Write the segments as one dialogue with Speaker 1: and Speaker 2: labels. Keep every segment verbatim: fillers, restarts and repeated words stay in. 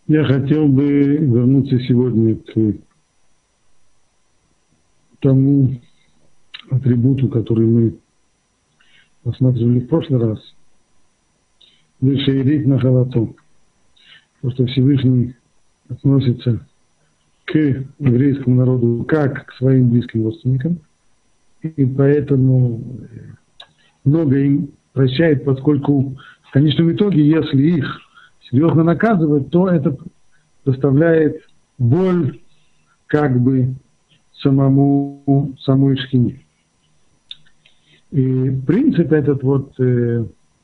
Speaker 1: Я хотел бы вернуться сегодня к тому атрибуту, который мы рассматривали в прошлый раз. Лишерит на халату. То, что Всевышний относится к еврейскому народу как к своим близким родственникам, и поэтому много им прощает, поскольку в конечном итоге, если их серьезно наказывать, то это доставляет боль как бы самому, самой шхине. И принцип этот вот, э,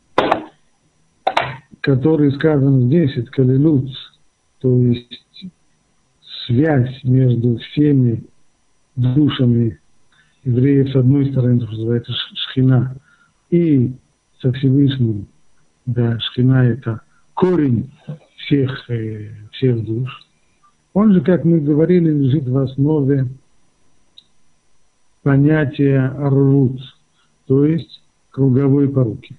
Speaker 1: который сказан здесь, это калилут, то есть связь между всеми душами евреев с одной стороны, то, что называется шхина, и со Всевышним, да, шхина это корень всех, э, всех душ. Он же, как мы говорили, лежит в основе понятия аррут, то есть круговой поруки.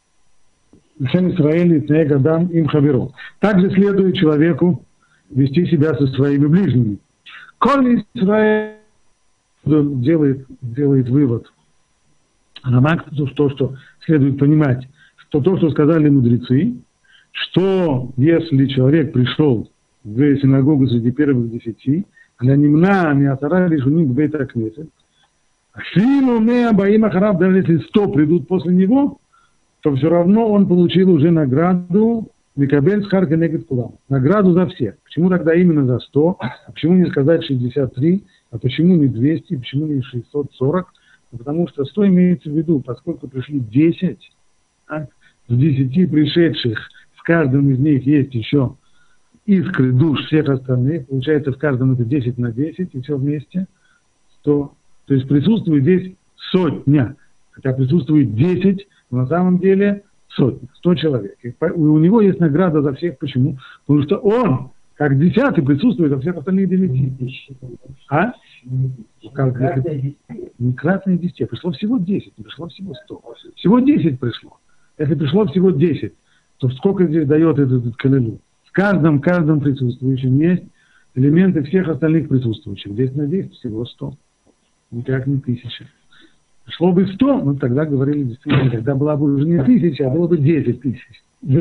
Speaker 1: Также следует человеку вести себя со своими ближними. Коль Исраэль делает, делает вывод, Рамак, то, что следует понимать, что то, что сказали мудрецы, что если человек пришел в синагогу среди первых десяти, для немна миатара решуним бейт акнесет, филу меа баим ахарав, даже если сто придут после него, то все равно он получил уже награду Микабель Схар Кенегет Кулам. Награду за всех. Почему тогда именно за сто? А почему не сказать шестьдесят три? А почему не двести? Почему не шестьсот сорок? Потому что сто имеется в виду, поскольку пришли десять, а, в десяти пришедших в каждом из них есть еще искры душ всех остальных. Получается, в каждом это десять на десять, и все вместе сто. То есть присутствует здесь сотня. Хотя присутствует десять, но на самом деле сотня, сто человек. И у него есть награда за всех. Почему? Потому что он, как десятый, присутствует за всех остальных девяти. А? Как, не кратное десяти. Пришло всего десять, не пришло всего сто. Всего десять пришло. Если пришло всего десять, то сколько здесь дает этот, этот калилу? В каждом, каждом присутствующем есть элементы всех остальных присутствующих. десять на десять всего сто. Никак не тысяча. Пришло бы сто, ну тогда говорили действительно, тогда была бы уже не тысяча, а было бы десять тысяч. И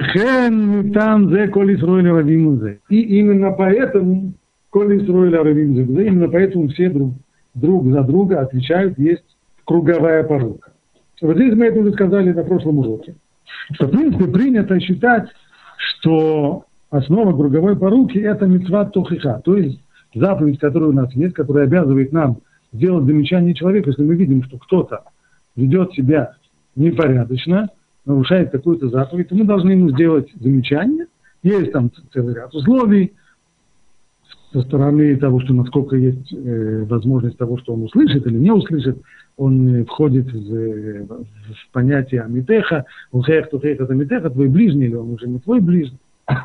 Speaker 1: именно поэтому, именно поэтому все друг, друг за друга отвечают, есть круговая порука. Вот здесь мы это уже сказали на прошлом уроке, что в принципе принято считать, что основа круговой поруки это мицват тохиха, то есть заповедь, которая у нас есть, которая обязывает нам делать замечание человеку, если мы видим, что кто-то ведет себя непорядочно, нарушает какую-то заповедь, то мы должны ему сделать замечание. Есть там целый ряд условий со стороны того, что насколько есть э, возможность того, что он услышит или не услышит, он э, входит в, э, в понятие амитеха, ухех тухех это амитеха, твой ближний, или он уже не твой ближний.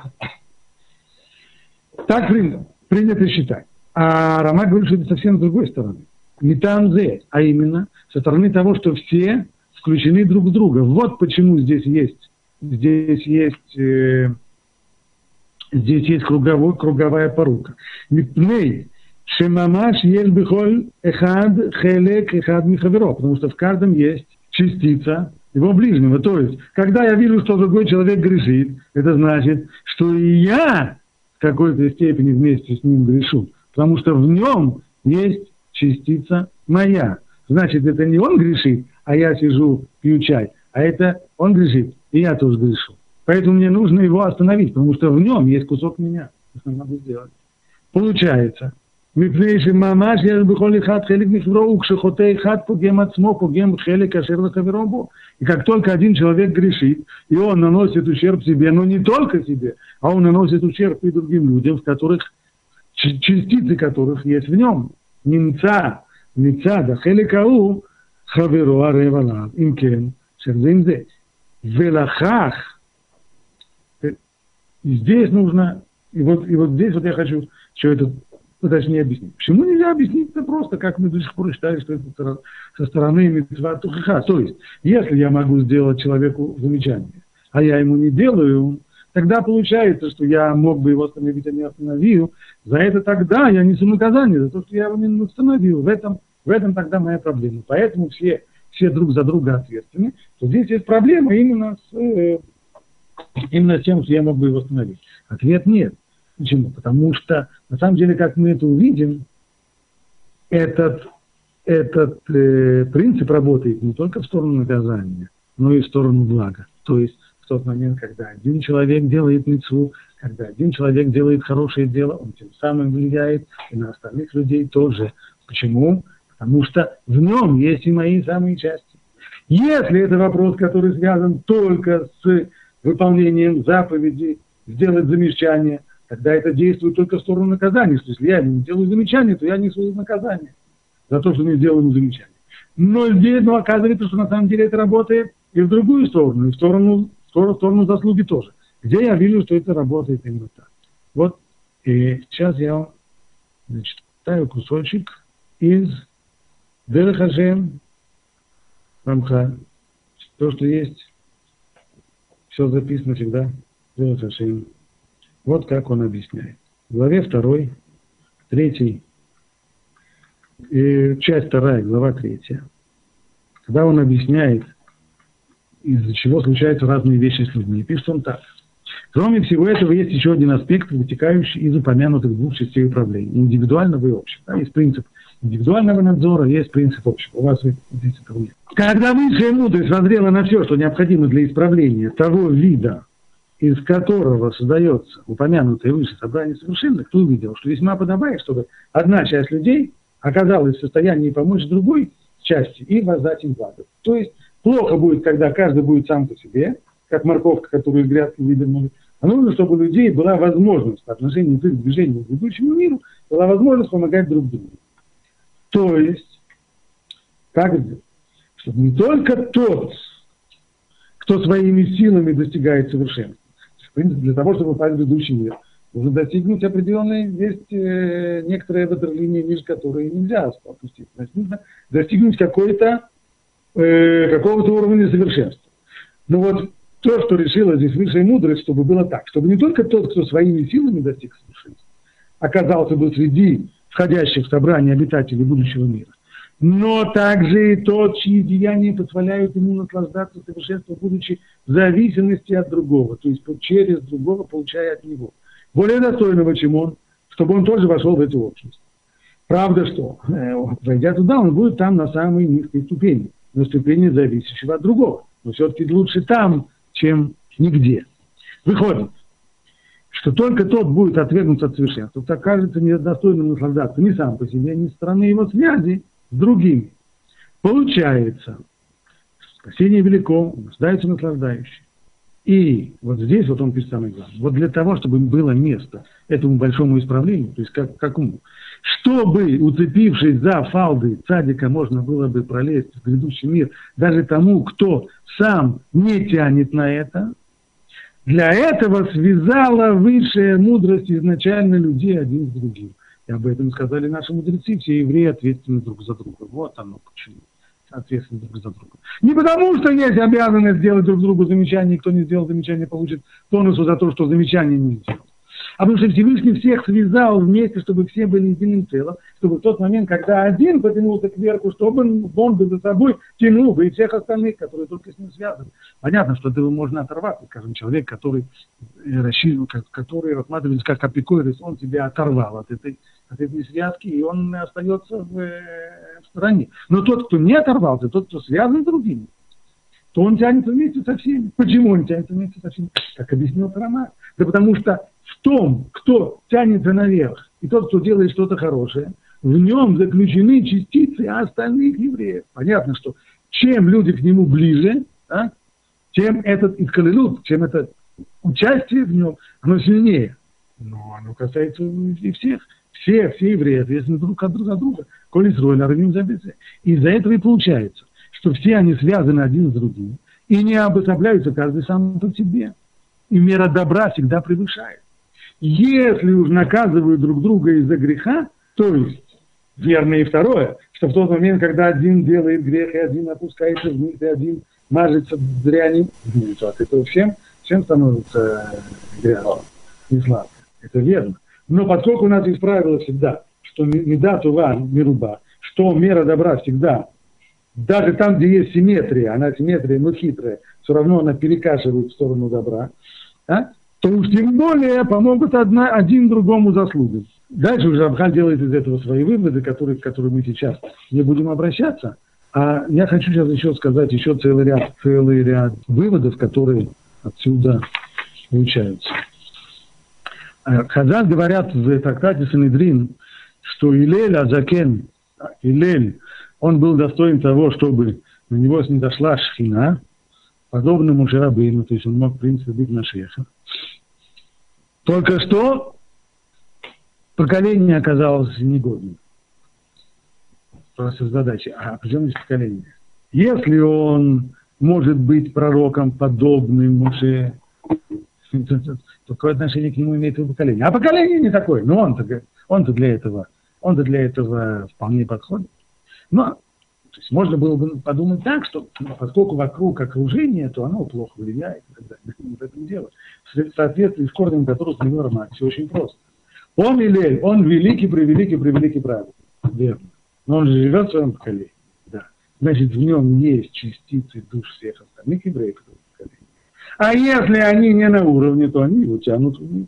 Speaker 1: Так принято, принято считать. А Рамак говорит, что это совсем с другой стороны. Не там зе, а именно со стороны того, что все включены друг в друга. Вот почему здесь есть, здесь есть, э, здесь есть круговой, круговая порука. Мипней шемамаш есть бихоль эхад хелек эхад михаверо, потому что в каждом есть частица его ближнего. То есть, когда я вижу, что другой человек грешит, это значит, что и я в какой-то степени вместе с ним грешу, потому что в нем есть частица моя. Значит, это не он грешит, а я сижу, пью чай, а это он грешит, и я тоже грешу. Поэтому мне нужно его остановить, потому что в нем есть кусок меня. Что надо сделать? Получается, и как только один человек грешит, и он наносит ущерб себе, но не только себе, а он наносит ущерб и другим людям, в которых, частицы которых есть в нем. נמצא מצד החלק ההוא חברו ערב עליו, אם כן, שזה עם זה. ולכך, здесь нужно, и вот, и вот здесь вот я хочу все это точнее объяснить. Почему нельзя объяснить это просто, как мы до сих пор считали, что это со стороны мицват тухиха. То есть, если я могу сделать человеку замечание, а я ему не делаю, тогда получается, что я мог бы его остановить, а не остановил. За это тогда я несу наказание, за то, что я его не остановил. В этом, в этом тогда моя проблема. Поэтому все, все друг за друга ответственны. Что здесь есть проблема именно с, э, именно с тем, что я мог бы его остановить. Ответ нет. Почему? Потому что, на самом деле, как мы это увидим, этот, этот э, принцип работает не только в сторону наказания, но и в сторону блага. То есть в тот момент, когда один человек делает мицву, когда один человек делает хорошее дело, он тем самым влияет и на остальных людей тоже. Почему? Потому что в нем есть и мои самые части. Если это вопрос, который связан только с выполнением заповеди, сделать замечание, тогда это действует только в сторону наказания. То есть, если я не делаю замечание, то я несу наказание за то, что не сделаю замечание. Но здесь, но оказывается, что на самом деле это работает и в другую сторону, и в сторону, в сторону, в сторону заслуги тоже. Где я вижу, что это работает именно так. Вот, и сейчас я вам зачитаю кусочек из Дерех Хашем Рамха. То, что есть, все записано всегда Дерех Хашем. Вот как он объясняет. В главе второй, третьей, э, часть вторая, глава третья. Когда он объясняет, из-за чего случаются разные вещи с людьми, пишет он так. Кроме всего этого, есть еще один аспект, вытекающий из упомянутых двух частей управления, индивидуального и общего. Да, есть принцип индивидуального надзора, есть принцип общего. У вас здесь этого нет. Когда высшая мудрость воззрела на все, что необходимо для исправления того вида, из которого создается упомянутое выше собрание совершенных, кто увидел, что весьма подобает, чтобы одна часть людей оказалась в состоянии помочь другой части и воздать им благо. То есть плохо будет, когда каждый будет сам по себе, как морковка, которую из грядки выдернули. А нужно, чтобы у людей была возможность по отношению к их движению к грядущему миру, была возможность помогать друг другу. То есть, как сделать? Чтобы не только тот, кто своими силами достигает совершенства, в принципе, для того, чтобы попасть в грядущий мир, нужно достигнуть определенной, есть э, некоторые ватерлинии, ниже которые нельзя опустить. Значит, нужно достигнуть какой-то, э, какого-то уровня совершенства. Но вот то, что решила здесь высшая мудрость, чтобы было так, чтобы не только тот, кто своими силами достиг совершенства, оказался бы среди входящих в собрание обитателей будущего мира, но также и тот, чьи деяния позволяют ему наслаждаться совершенством, будучи в зависимости от другого, то есть через другого, получая от него более достойного, чем он, чтобы он тоже вошел в эту общность. Правда, что, войдя туда, он будет там на самой низкой ступени, на ступени зависящего от другого. Но все-таки лучше там, чем нигде. Выходит, что только тот будет отвергнут от совершенства, кто окажется недостойным наслаждаться ни сам по себе, ни со стороны его связи с другими. Получается, спасение велико, нуждается наслаждающий. И вот здесь вот он пишет самое главное. Вот для того, чтобы было место этому большому исправлению, то есть как, какому, чтобы, уцепившись за фалды цадика, можно было бы пролезть в грядущий мир даже тому, кто сам не тянет на это, для этого связала высшая мудрость изначально людей один с другим. И об этом сказали наши мудрецы, все евреи ответственны друг за друга. Вот оно почему. Ответственны друг за друга. Не потому, что есть обязанность сделать друг другу замечание, и кто не сделал замечание, получит бонусу за то, что замечание не сделал. А потому что Всевышний всех связал вместе, чтобы все были единым целым, чтобы в тот момент, когда один потянулся кверху, чтобы он, он бы за собой тянул бы и всех остальных, которые только с ним связаны. Понятно, что этого можно оторваться. Скажем, человек, который, который рассматривается как апикойрес, он себя оторвал от этой, от этой связки, и он остается в, в стороне. Но тот, кто не оторвался, тот, кто связан с другими, то он тянется вместе со всеми. Почему он тянется вместе со всеми? Как объяснил Рамах. Да потому что в том, кто тянется наверх, и тот, кто делает что-то хорошее, в нем заключены частицы остальных евреев. Понятно, что чем люди к нему ближе, да, тем этот искалилут, чем это участие в нем, оно сильнее. Но оно касается и всех. Все, все евреи ответственны друг от друга, друга. Коли срой, равим за безе. Из-за этого и получается, что все они связаны один с другим и не обособляются каждый сам по себе. И мера добра всегда превышает. Если уж наказывают друг друга из-за греха, то есть верно и второе, что в тот момент, когда один делает грех, и один опускается вниз, и один мажется дрянью, то от этого всем, Чем становится грязным и сладко? Это верно. Но поскольку у нас есть правило всегда, что меда тува мируба, что мера добра всегда, даже там, где есть симметрия, она симметрия, но хитрая, все равно она перекашивает в сторону добра, да? То уж тем более помогут одна, один другому заслуги. Дальше уже Рамхаль делает из этого свои выводы, которые, к которым мы сейчас не будем обращаться. А я хочу сейчас еще сказать еще целый ряд, целый ряд выводов, которые отсюда получаются. Хазаль говорят в трактате Санедрин, что Илель Азакен, Илель, он был достоин того, чтобы на него снизошла шхина, подобно Моше Рабейну, то есть он мог, в принципе, быть Машиахом. Только что поколение оказалось негодным. Просто задача. А при чем здесь поколение? Если он может быть пророком, подобным Моше, то какое отношение к нему имеет это поколение? А поколение не такое. Но он-то, он-то для этого, он-то для этого вполне подходит. Но то есть можно было бы подумать так, что поскольку вокруг окружение, то оно плохо влияет и так далее. Не в этом дело. В соответствии с корнем, который с него роман, все очень просто. Он Илель, он великий, превеликий, превеликий праведник. Верно. Но он же живет в своем поколении. Да. Значит, в нем есть частицы душ всех остальных евреев этого поколения. А если они не на уровне, то они его тянут вниз.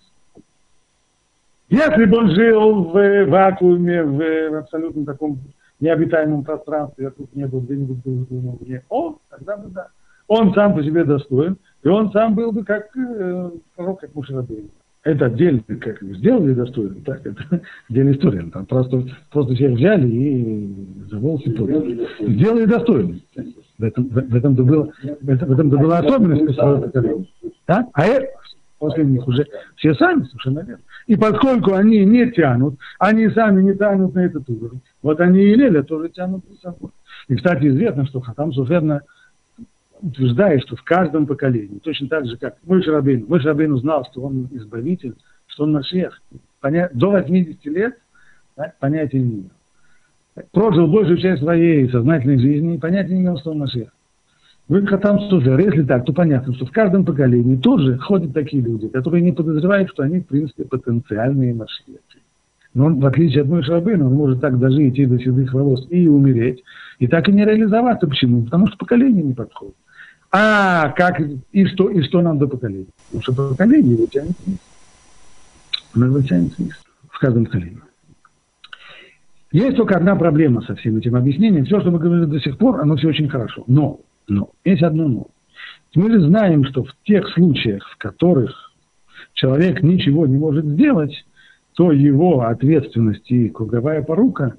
Speaker 1: Если бы он жил в вакууме, в абсолютно таком необитаемом пространстве, а тут не был где-нибудь был вне, о, тогда бы да. Он сам по себе достоин, и он сам был бы как э, пророк, как Моше Рабейну. Это отдельно, как сделали достойно, так, это отдельная история. Там просто, просто всех взяли и за волосы подняли. Сделали достойно. В этом, в, в этом-то было, в этом, в этом-то была особенность своего поколения. Да? А это, после них уже все сами, совершенно верно. И поскольку они не тянут, они сами не тянут на этот уровень, вот они и Леля тоже тянут за собой. И, кстати, известно, что Хатам Софер утверждает, что в каждом поколении, точно так же, как Моше Рабейну, Моше Рабейну знал, что он избавитель, что он Машиах. Поня... До восьмидесяти лет, да, понятия не имел. Прожил большую часть своей сознательной жизни и понятия не имел, что он Машиах. Вы Хатам Софер, если так, то понятно, что в каждом поколении тоже ходят такие люди, которые не подозревают, что они, в принципе, потенциальные Машиахи. Но он, в отличие от Моше Рабейну, он может так даже идти до седых волос и умереть, и так и не реализоваться. Почему? Потому что поколение не подходит. А как и что, и что нам до поколения? Потому что поколение его тянет вниз. Оно его тянет вниз. В каждом поколении. Есть только одна проблема со всем этим объяснением. Все, что мы говорили до сих пор, оно все очень хорошо. Но, но, есть одно но. Мы же знаем, что в тех случаях, в которых человек ничего не может сделать, то его ответственность и круговая порука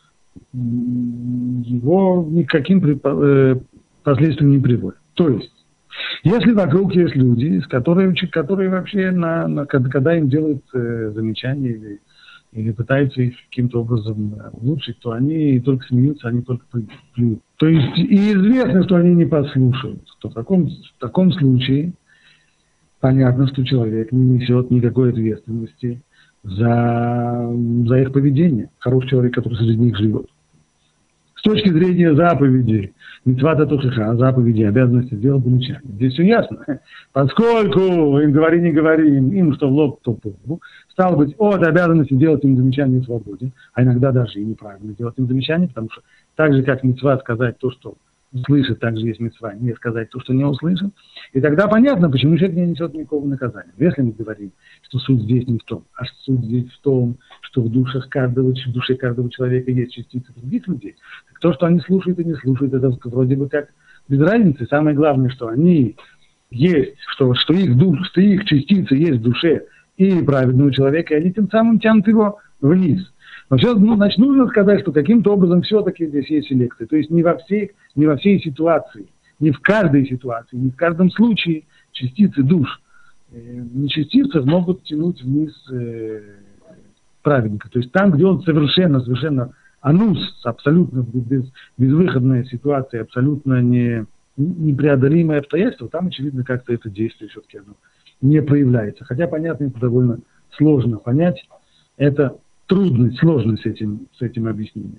Speaker 1: его никаким последствиям не приводит. То есть, если вокруг есть люди, которые, которые вообще, на, на, когда им делают э, замечания или, или пытаются их каким-то образом улучшить, то они только смеются, они только плюют. То есть, и известно, что они не послушают. То в таком, в таком случае понятно, что человек не несет никакой ответственности за, за их поведение. Хороший человек, который среди них живет. С точки зрения заповедей, мицвата тухиха, заповеди, обязанности сделать замечание. Здесь все ясно. Поскольку им говори, не говори, им, им что в лоб, то по лбу, стало быть, от обязанности делать им замечание свободен, а иногда даже и неправильно делать им замечание, потому что так же, как мицва сказать то, что услышит, так же есть мицва не сказать то, что не услышит. И тогда понятно, почему человек не несет никакого наказания. Если мы говорим, что суть здесь не в том, а суть здесь в том, что в душах каждого, в душе каждого человека есть частицы других людей, так то, что они слушают и не слушают, это вроде бы как без разницы. Самое главное, что они есть, что, что, их, душ, что их частицы есть в душе и праведного человека, и они тем самым тянут его вниз. Но все, ну, значит, нужно сказать, что каким-то образом все-таки здесь есть селекция. То есть не во всей, не во всей ситуации, не в каждой ситуации, не в каждом случае частицы душ, э, не частицы могут тянуть вниз э, праведника. То есть там, где он совершенно, совершенно анус, абсолютно без, безвыходная ситуация, абсолютно не, непреодолимое обстоятельство, там, очевидно, как-то это действие все-таки оно не проявляется. Хотя, понятно, это довольно сложно понять. Это трудность, сложность с этим, с этим объяснением.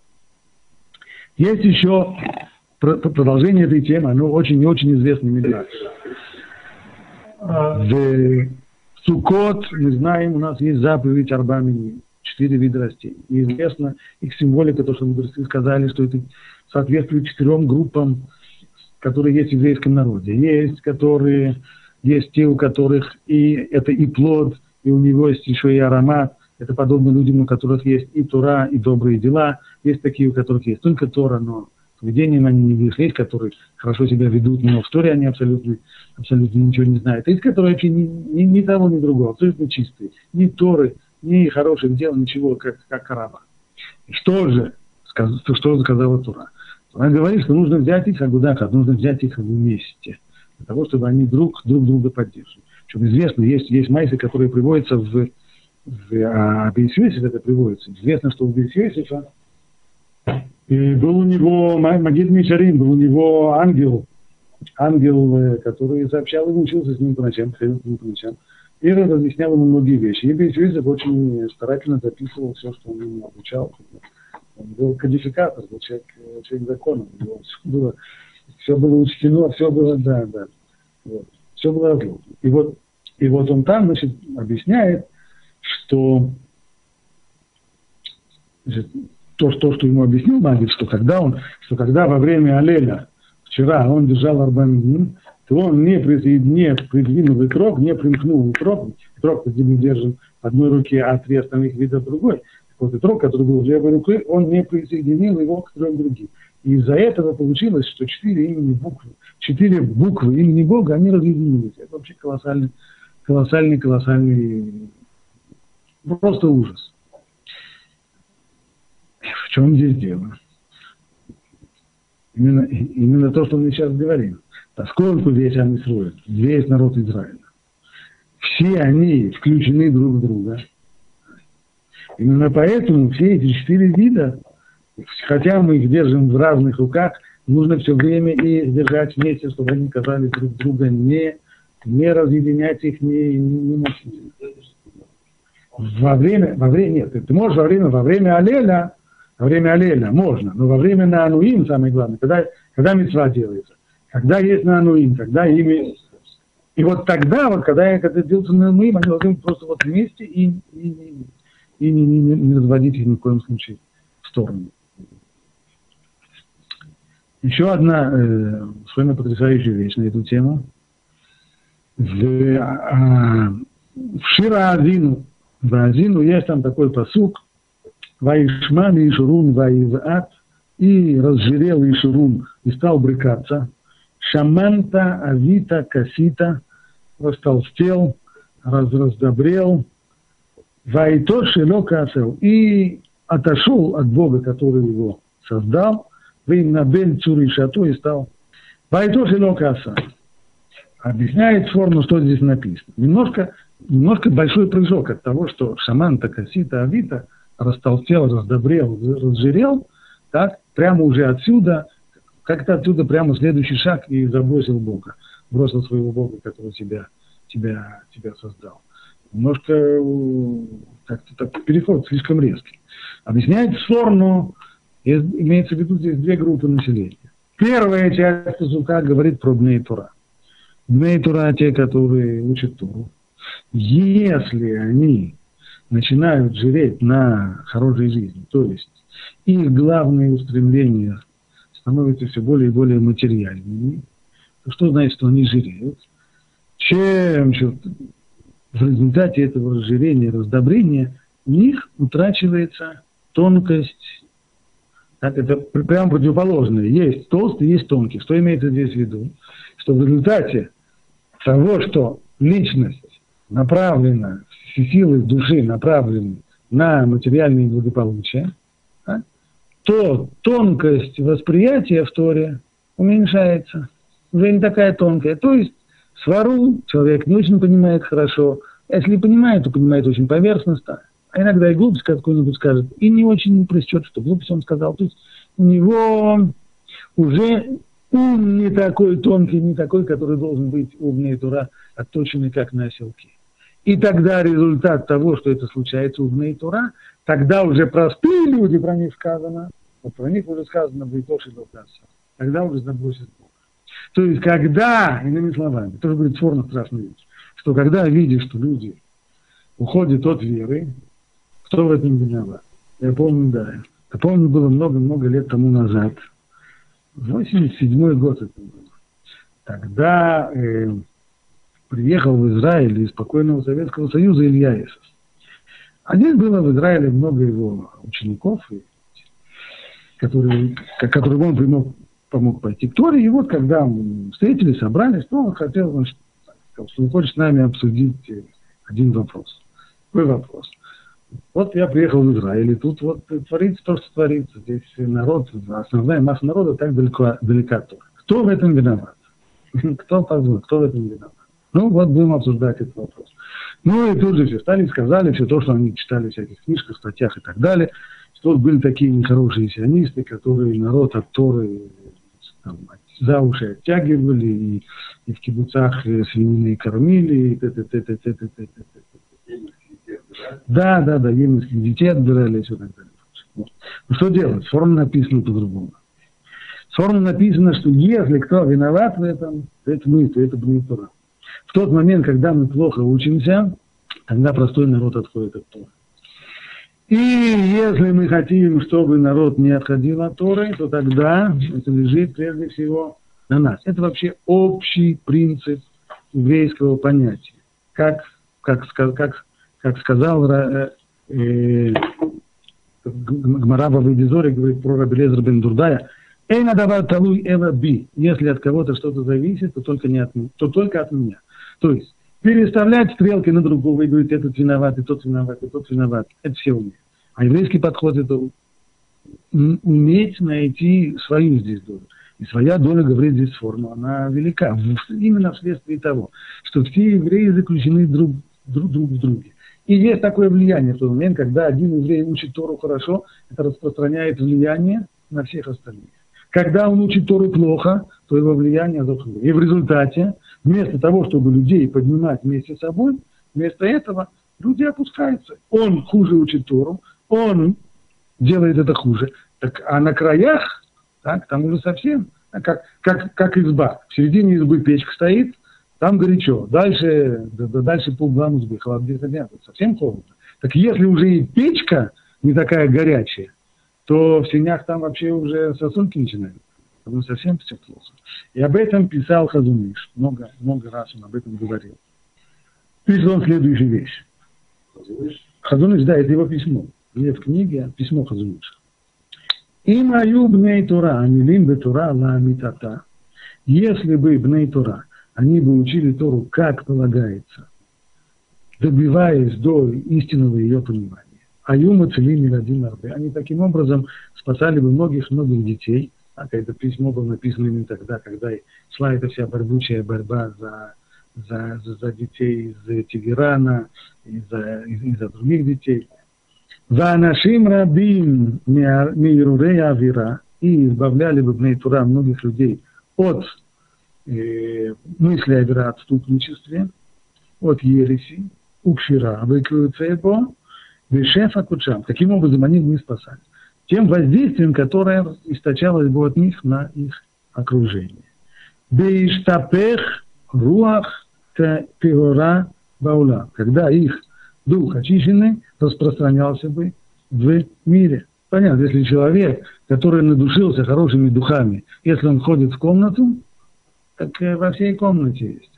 Speaker 1: Есть еще продолжение этой темы, оно очень и очень известный мидраш. В Суккот, мы знаем, у нас есть заповедь Арба Миним, четыре вида растений. И известно их символика, то, что мудрецы сказали, что это соответствует четырем группам, которые есть в еврейском народе. Есть, которые, есть те, у которых и это и плод, и у него есть еще и аромат. Это подобно людям, у которых есть и Тора, и добрые дела. Есть такие, у которых есть только Тора, но поведением они не выше. Есть, которые хорошо себя ведут, но в Торе они абсолютно, абсолютно ничего не знают. Есть, которые вообще ни, ни, ни того, ни другого, абсолютно чистые. Ни Торы, ни хороших дел, ничего, как, как араба. Что же, что сказала Тора? Она говорит, что нужно взять их агудахат, нужно взять их вместе, для того, чтобы они друг, друг друга поддерживали. Причем известно, есть, есть майсы, которые приводятся в, в а, Бейс-Йосиф, это приводится. Известно, что у Бейс-Йосифа был у него Магид Мишарим, был у него ангел, ангел, который сообщал ему, учился с ним по ночам, ходил с ним по ночам, и разъяснял ему многие вещи. И Бейс-Йосиф очень старательно записывал все, что он ему обучал. Он был кодификатор, был человек, человек закона, все было, все было учтено, все было, да, да, вот, все было разложено. И вот, и вот он там, значит, объясняет, что значит, то, то, что ему объяснил Магид, что когда он, что когда во время Алеля вчера он держал Арба Миним, то он не, не придвинул икрок, не примкнул икрок, икрок был держан в одной руке, а три остальных вида в другой. Вот икрок, который был в левой руке, он не присоединил его к трем другим. И из-за этого получилось, что четыре имени буквы, четыре буквы имени Бога, они разъединились. Это вообще колоссальный, колоссальный, колоссальный, просто ужас. В чем здесь дело? Именно, именно то, что мы сейчас говорим. Поскольку весь Ам-Исроэль, весь народ Израиля, все они включены друг в друга. Именно поэтому все эти четыре вида, хотя мы их держим в разных руках, нужно все время их держать вместе, чтобы они казались друг друга, не, не разъединять их, не, не носить. Во время, во время, нет, ты можешь во время, во время Алеля, во время Алеля можно, но во время Наануим, самое главное, когда, когда мицва делается, когда есть Наануим, когда ими... И вот тогда, вот когда это делается Наануим, они должны быть просто вот вместе и... и и не, не, не разводить их ни в коем случае в сторону. Еще одна э, совершенно потрясающая вещь на эту тему. В, а, в Шира Азину, в Азину есть там такой пасук: «Ваишман и Ишурун ваиват», и разжирел Ишурун и стал брыкаться. «Шаманта авита касита», растолстел, раз, раздобрел. Вайтот шело касел, и отошел от Бога, который его создал, вейнабель цури шато, и стал вайтот шело касел. Объясняет форму, что здесь написано. Немножко, немножко большой прыжок от того, что шаманта, касита, авита растолстел, раздобрел, разжирел, так, прямо уже отсюда, как-то отсюда прямо следующий шаг и забросил Бога, бросил своего Бога, который тебя, тебя, тебя создал. Немножко как-то так, переход слишком резкий. Объясняет сторону, имеется в виду здесь две группы населения. Первая часть пасука говорит про Бней Тора. Бней Тора — те, которые учат Тору. Если они начинают жиреть на хорошей жизни, то есть их главные устремления становятся все более и более материальными, то что значит, что они жиреют? Чем в результате этого разжирения, раздобрения у них утрачивается тонкость. Так, это прямо противоположное. Есть толстый, есть тонкий. Что имеется здесь в виду? Что в результате того, что личность направлена, силы души направлены на материальное благополучие, так, то тонкость восприятия в Торе уменьшается. Уже не такая тонкая. То есть свару человек не очень понимает хорошо. Если понимает, то понимает очень поверхностно. А иногда и глупость какую-нибудь скажет. И не очень прочтет, что глупость он сказал. То есть у него уже ум не такой тонкий, не такой, который должен быть умный Тора, отточенный как на оселке. И тогда результат того, что это случается умный Тора, тогда уже простые люди, про них сказано, вот про них уже сказано, «Бейтоши локаса», тогда уже забросит Бог. То есть, когда, иными словами, тоже будет сложно страшная вещь, что когда видишь, что люди уходят от веры, кто в этом виноват? Я помню, да. Я помню, было много-много лет тому назад. восемьдесят седьмой год это был. Тогда э, приехал в Израиль из покойного Советского Союза Илья Исов. А здесь было в Израиле много его учеников, которые, которым он помог, помог пойти к Торе. И вот когда мы встретились, собрались, то он хотел, значит, что он хочет с нами обсудить один вопрос. Какой вопрос? Вот я приехал в Израиль, и тут вот творится то, что творится. Здесь народ, основная масса народа так далеко, далека от Торы. Кто в этом виноват? Кто позволил? Кто в этом виноват? Ну, вот будем обсуждать этот вопрос. Ну, и тут же все стали, сказали все то, что они читали в всяких книжках, статьях и так далее. Что вот были такие нехорошие сионисты, которые народ от Торы там, за уши оттягивали, и, и в кибуцах свинины кормили, и т.т. Да, да, да, еврейских детей отбирали и все так далее. Ну, что делать? Форма написана по-другому. Форма написано, что если кто виноват в этом, то это мы, то это будет Тора. В тот момент, когда мы плохо учимся, тогда простой народ отходит от Торы. И если мы хотим, чтобы народ не отходил от Торы, то тогда это лежит прежде всего на нас. Это вообще общий принцип еврейского понятия. Как, как, как, как сказал э, э, Гмара бавы Дезоре, говорит про Раби Элиэзер бен Дурдая, «Эй надавар талуй эва би». Если от кого-то что-то зависит, то только, не от, то только от меня. То есть переставлять стрелки на другого и говорить, этот виноват, и тот виноват, и тот виноват. Это все умеют. А еврейский подход – это уметь найти свою здесь долю. И своя доля, говорит здесь форма, она велика. Именно вследствие того, что все евреи заключены друг, друг, друг в друге. И есть такое влияние в тот момент, когда один еврей учит Тору хорошо, это распространяет влияние на всех остальных. Когда он учит Тору плохо, то его влияние заходит. И в результате, вместо того, чтобы людей поднимать вместе с собой, вместо этого люди опускаются. Он хуже учит Тору, он делает это хуже. Так, а на краях, так, там уже совсем, как, как, как изба. В середине избы печка стоит, там горячо. Дальше, да, да, дальше полграмма избы, холоднее, нет, совсем холодно. Так если уже и печка не такая горячая, то в сенях там вообще уже сосульки начинают. Там совсем все плохо. И об этом писал Хазон Иш. Много, много раз он об этом говорил. Пишет он следующую вещь. Хазон Иш, да, это его письмо. Не в книге, а письмо Хазон Иша. «Им аю бней Тора, амилим бе Тора ла амитата». Если бы бней Тора, они бы учили Тору как полагается, добиваясь до истинного ее понимания. Аюма целими родим арбе. Они таким образом спасали бы многих-многих детей. А это письмо было написано именно тогда, когда шла эта вся борьбучая борьба за, за, за, за детей из Тегерана и за, и, и за других детей. Ванашим рабим мирурея авира. И избавляли бы бней Тора многих людей от э, мысли авира, отступничестве, от ереси, укшира, выкрывается его, вешефа кучам. Таким образом они бы не спасали. Тем воздействием, которое источалось бы от них на их окружение. Бейштапех руах теора баула. Когда их дух очищенный распространялся бы в мире. Понятно, если человек, который надушился хорошими духами, если он ходит в комнату, так во всей комнате есть.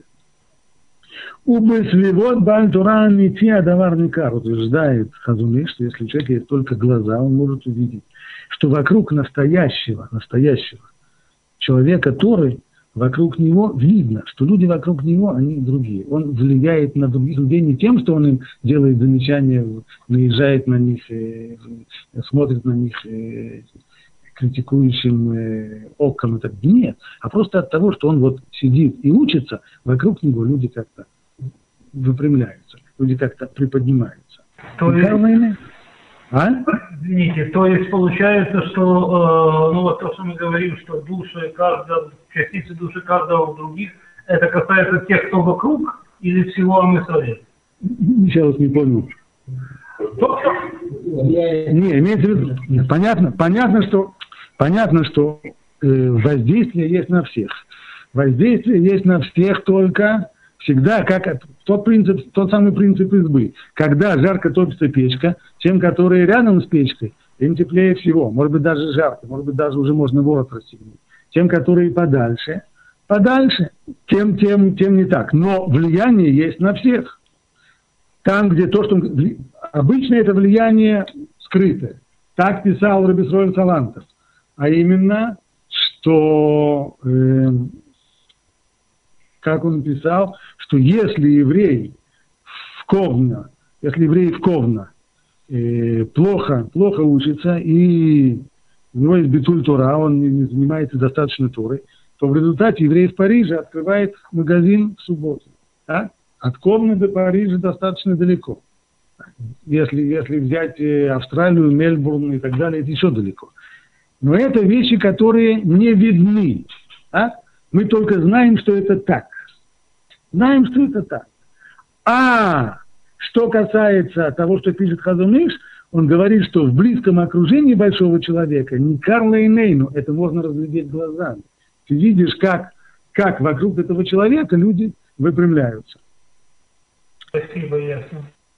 Speaker 1: Убысливот бальтура нити адавар никар. Утверждает Хазон Иш, что если у человека есть только глаза, он может увидеть, что вокруг настоящего, настоящего человека Торы, вокруг него видно, что люди вокруг него, они другие. Он влияет на других людей не тем, что он им делает замечания, наезжает на них, э, смотрит на них э, критикующим э, оком. Так. Нет, а просто от того, что он вот сидит и учится, вокруг него люди как-то выпрямляются, люди как-то приподнимаются.
Speaker 2: То есть,
Speaker 1: а?
Speaker 2: Извините, то есть получается, что э, ну вот то, что мы говорим, что души каждого, частицы души каждого в других, это касается тех, кто вокруг, или всего Ам-Исраэль?
Speaker 1: Еще раз не понял. Не, имеется в виду, понятно, понятно, что, понятно, что э, воздействие есть на всех. Воздействие есть на всех только в всегда как тот принцип, тот самый принцип избы. Когда жарко топится печка, тем, которые рядом с печкой, им теплее всего. Может быть, даже жарко, может быть, даже уже можно ворот расстегнуть. Тем, которые подальше, подальше, тем, тем, тем не так. Но влияние есть на всех. Там, где то, что... Обычно это влияние скрытое. Так писал Раби Исроэль Салантов. А именно, что... Э, как он писал, что если еврей в Ковна, если еврей в Ковна э, плохо, плохо учится, и у него есть битуль Тора, он не, не занимается достаточно Торой, то в результате еврей в Париже открывает магазин в субботу. Так? От Ковны до Парижа достаточно далеко. Если, если взять Австралию, Мельбурн и так далее, это еще далеко. Но это вещи, которые не видны. Так? Мы только знаем, что это так. Знаем, что это так. А что касается того, что пишет Хазон Иш, он говорит, что в близком окружении большого человека не Карла и Нейну, это можно разглядеть глазами. Ты видишь, как, как вокруг этого человека люди выпрямляются.
Speaker 2: Спасибо, ясно.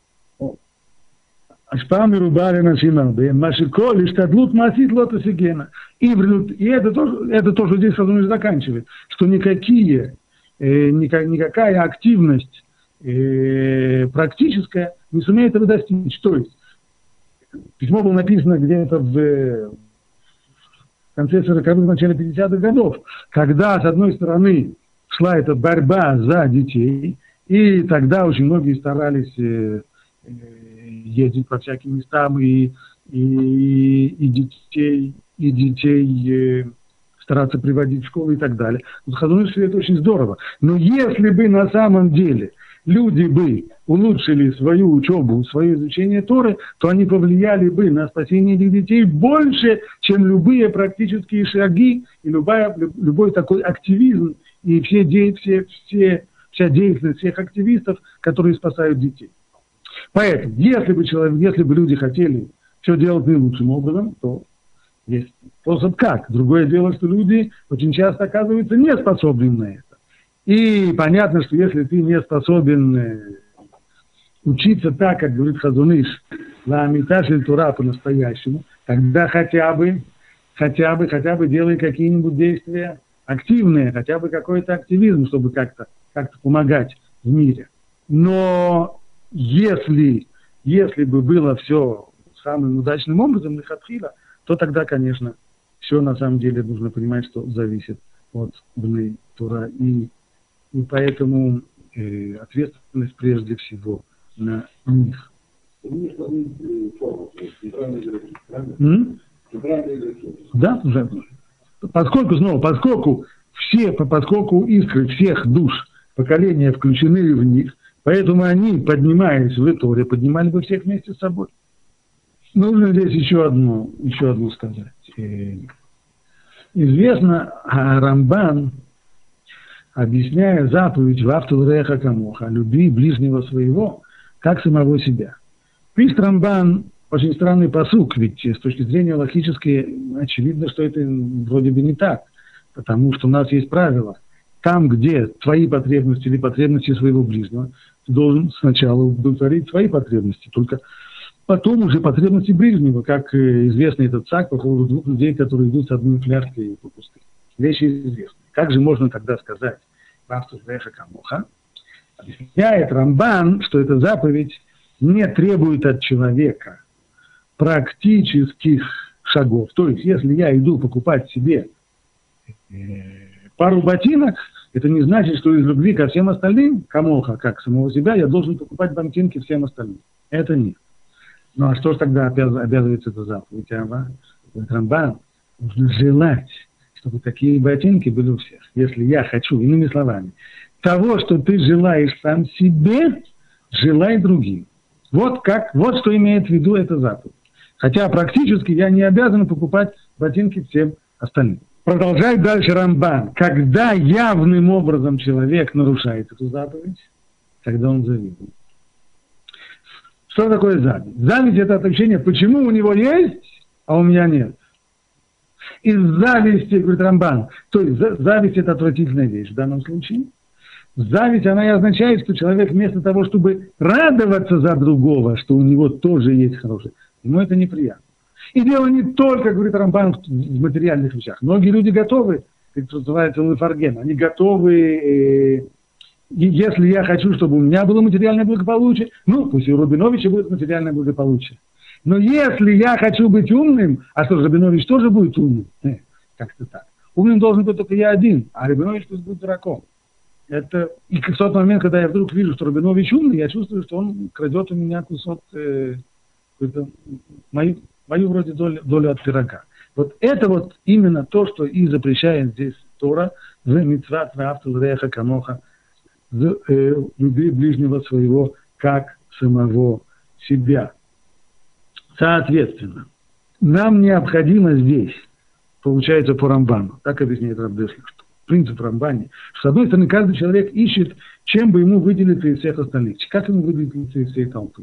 Speaker 1: Ашпа мируба ланашим арбе, машиколь иштадлут масит лота сигена. И это тоже, это тоже здесь Хазон Иш заканчивает, что никакие, э, никак, никакая активность э, практическая не сумеет этого достичь. То есть, письмо было написано где-то в, в конце сороковых, в начале пятидесятых годов, когда, с одной стороны, шла эта борьба за детей, и тогда очень многие старались э, э, ездить по всяким местам, и, и, и детей, и детей э, стараться приводить в школу и так далее. Хазон Иш, это очень здорово. Но если бы на самом деле люди бы улучшили свою учебу, свое изучение Торы, то они повлияли бы на спасение этих детей больше, чем любые практические шаги и любая, любой такой активизм и все, все, все, вся деятельность всех активистов, которые спасают детей. Поэтому, если бы, человек, если бы люди хотели все делать наилучшим образом, то есть способ как. Другое дело, что люди очень часто оказываются не способны на это. И понятно, что если ты не способен учиться так, как говорит Хазон Иш, ламита шель Тора по-настоящему, тогда хотя бы, хотя бы, хотя бы делай какие-нибудь действия активные, хотя бы какой-то активизм, чтобы как-то, как-то помогать в мире. Но если, если бы было все самым удачным образом, лихатхила, то тогда, конечно, все на самом деле нужно понимать, что зависит от Бней Тора. И, и поэтому э, ответственность прежде всего на них. М? Да, уже. Поскольку, снова, поскольку все, поскольку искры всех душ поколения включены в них, поэтому они, поднимаясь в Торе, поднимали бы всех вместе с собой. Нужно здесь еще одну, еще одну сказать. Известно, Рамбан, объясняя заповедь «Вафту леха камоха», «люби ближнего своего, как самого себя». Пишет Рамбан очень странный пасук, ведь с точки зрения логической очевидно, что это вроде бы не так, потому что у нас есть правило. Там, где твои потребности или потребности своего ближнего, ты должен сначала удовлетворить свои потребности, только потом уже потребности ближнего, как известный этот цак по поводу двух людей, которые идут с одной фляжкой по пустыне. Вещи известны. Как же можно тогда сказать «Вафту леха камоха»? Объясняет Рамбан, что эта заповедь не требует от человека практических шагов. То есть, если я иду покупать себе пару ботинок, это не значит, что из любви ко всем остальным, камоха, как самого себя, я должен покупать ботинки всем остальным. Это нет. Ну а что же тогда обязывается эта заповедь? Рамбан, нужно желать, чтобы такие ботинки были у всех. Если я хочу, иными словами, того, что ты желаешь сам себе, желай другим. Вот как, вот что имеет в виду эта заповедь. Хотя практически я не обязан покупать ботинки всем остальным. Продолжает дальше Рамбан. Когда явным образом человек нарушает эту заповедь, тогда он завидует. Что такое зависть? Зависть – это отречение, почему у него есть, а у меня нет. Из зависти, говорит Рамбан, то есть зависть – это отвратительная вещь в данном случае. Зависть, она и означает, что человек вместо того, чтобы радоваться за другого, что у него тоже есть хорошее, ему это неприятно. И дело не только, говорит Рамбан, в материальных вещах. Многие люди готовы, как называется лефарген, они готовы, э, если я хочу, чтобы у меня было материальное благополучие, ну, пусть и у Рабиновича будет материальное благополучие. Но если я хочу быть умным, а что, Рабинович тоже будет умным? Э, как-то так. Умным должен быть только я один, а Рабинович пусть будет дураком. Это, и в тот момент, когда я вдруг вижу, что Рабинович умный, я чувствую, что он крадет у меня кусок, э, мою, мою вроде долю, долю от пирога. Вот это вот именно то, что и запрещает здесь Тора, в мицват ваавту лиреха камоха, э, люби ближнего своего, как самого себя. Соответственно, нам необходимо здесь, получается по Рамбану, так объясняет Рав Деслер, что принцип Рамбани, что, с одной стороны, каждый человек ищет, чем бы ему выделиться из всех остальных, как ему выделиться из всей толпы.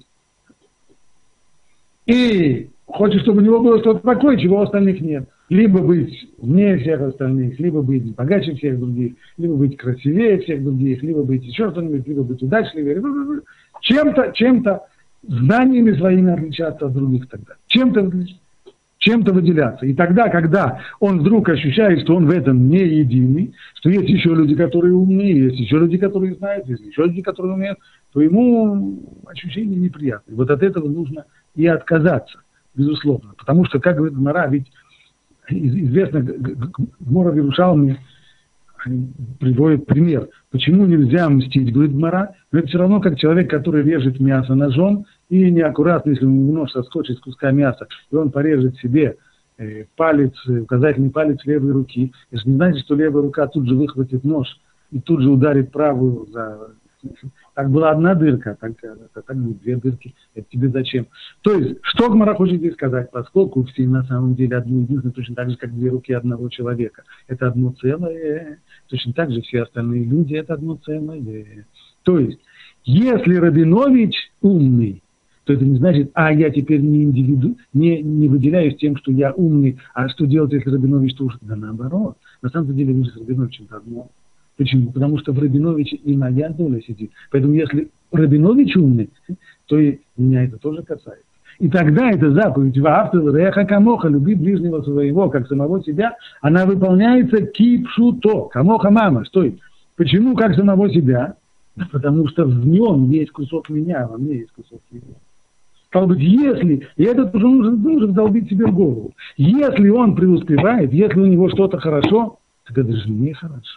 Speaker 1: И хочет, чтобы у него было что-то такое, чего у остальных нет. Либо быть вне всех остальных, либо быть богаче всех других, либо быть красивее всех других, либо быть еще что-нибудь, либо быть удачливее. Чем-то, чем-то, знаниями своими отличаться от других тогда. Чем-то чем-то выделяться. И тогда, когда он вдруг ощущает, что он в этом не единый, что есть еще люди, которые умнее, есть еще люди, которые знают, есть еще люди, которые умеют, то ему ощущение неприятное. Вот от этого нужно и отказаться, безусловно. Потому что, как говорит Гмара, ведь известно, Гмора в Иерушалме приводит пример. Почему нельзя мстить, говорит Гмара? Но это все равно, как человек, который режет мясо ножом, и неаккуратно, если у него нож соскочит с куска мяса, и он порежет себе э, палец, указательный палец левой руки, это не значит, что левая рука тут же выхватит нож и тут же ударит правую за... Так была одна дырка, так, так, так две дырки. Это тебе зачем? То есть, что Гмара хочет здесь сказать? Поскольку все на самом деле одно единственное, точно так же, как две руки одного человека. Это одно целое. Точно так же все остальные люди, это одно целое. То есть, если Рабинович умный, то это не значит, а я теперь не индивиду, не, не выделяюсь тем, что я умный, а что делать, если Рабинович тоже? Да наоборот. На самом деле, вы же с Рабиновичем одно. Почему? Потому что в Рабиновиче и моя доля сидит. Поэтому если Рабинович умный, то и меня это тоже касается. И тогда эта заповедь «Ваавту лиреха камоха» «Люби ближнего своего, как самого себя», она выполняется кипшуто, камоха мама. Стой. Почему как самого себя? Да потому что в нем есть кусок меня, а во мне есть кусок его. Стало быть, если, и это тоже нужно, нужно вдолбить себе в голову, если он преуспевает, если у него что-то хорошо, так это же мне хорошо.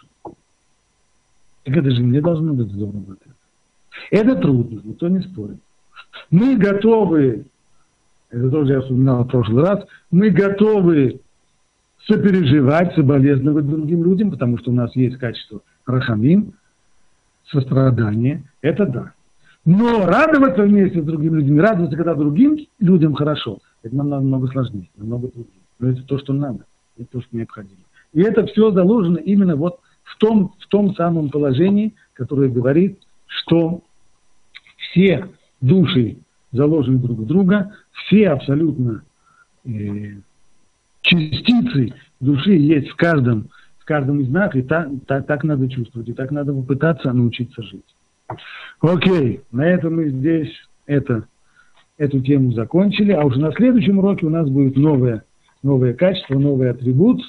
Speaker 1: Так это же мне должно быть здорово. Это трудно, никто не спорит. Мы готовы, это тоже я вспоминал в прошлый раз, мы готовы сопереживать, соболезновать другим людям, потому что у нас есть качество рахамим, сострадание, это да. Но радоваться вместе с другими людьми, радоваться, когда другим людям хорошо, это нам намного сложнее, намного труднее. Но это то, что надо, это то, что необходимо. И это все заложено именно вот в том, в том самом положении, которое говорит, что все души заложены друг в друга, все абсолютно э, частицы души есть в каждом, в каждом из нас, и так, так, так надо чувствовать, и так надо попытаться научиться жить. Окей, на этом мы здесь это, эту тему закончили, а уже на следующем уроке у нас будет новое, новое качество, новый атрибут.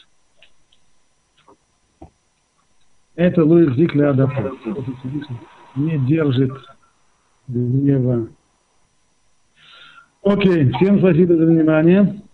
Speaker 1: Это Луис Дикля Адапа. Не держит гнева. Окей, всем спасибо за внимание.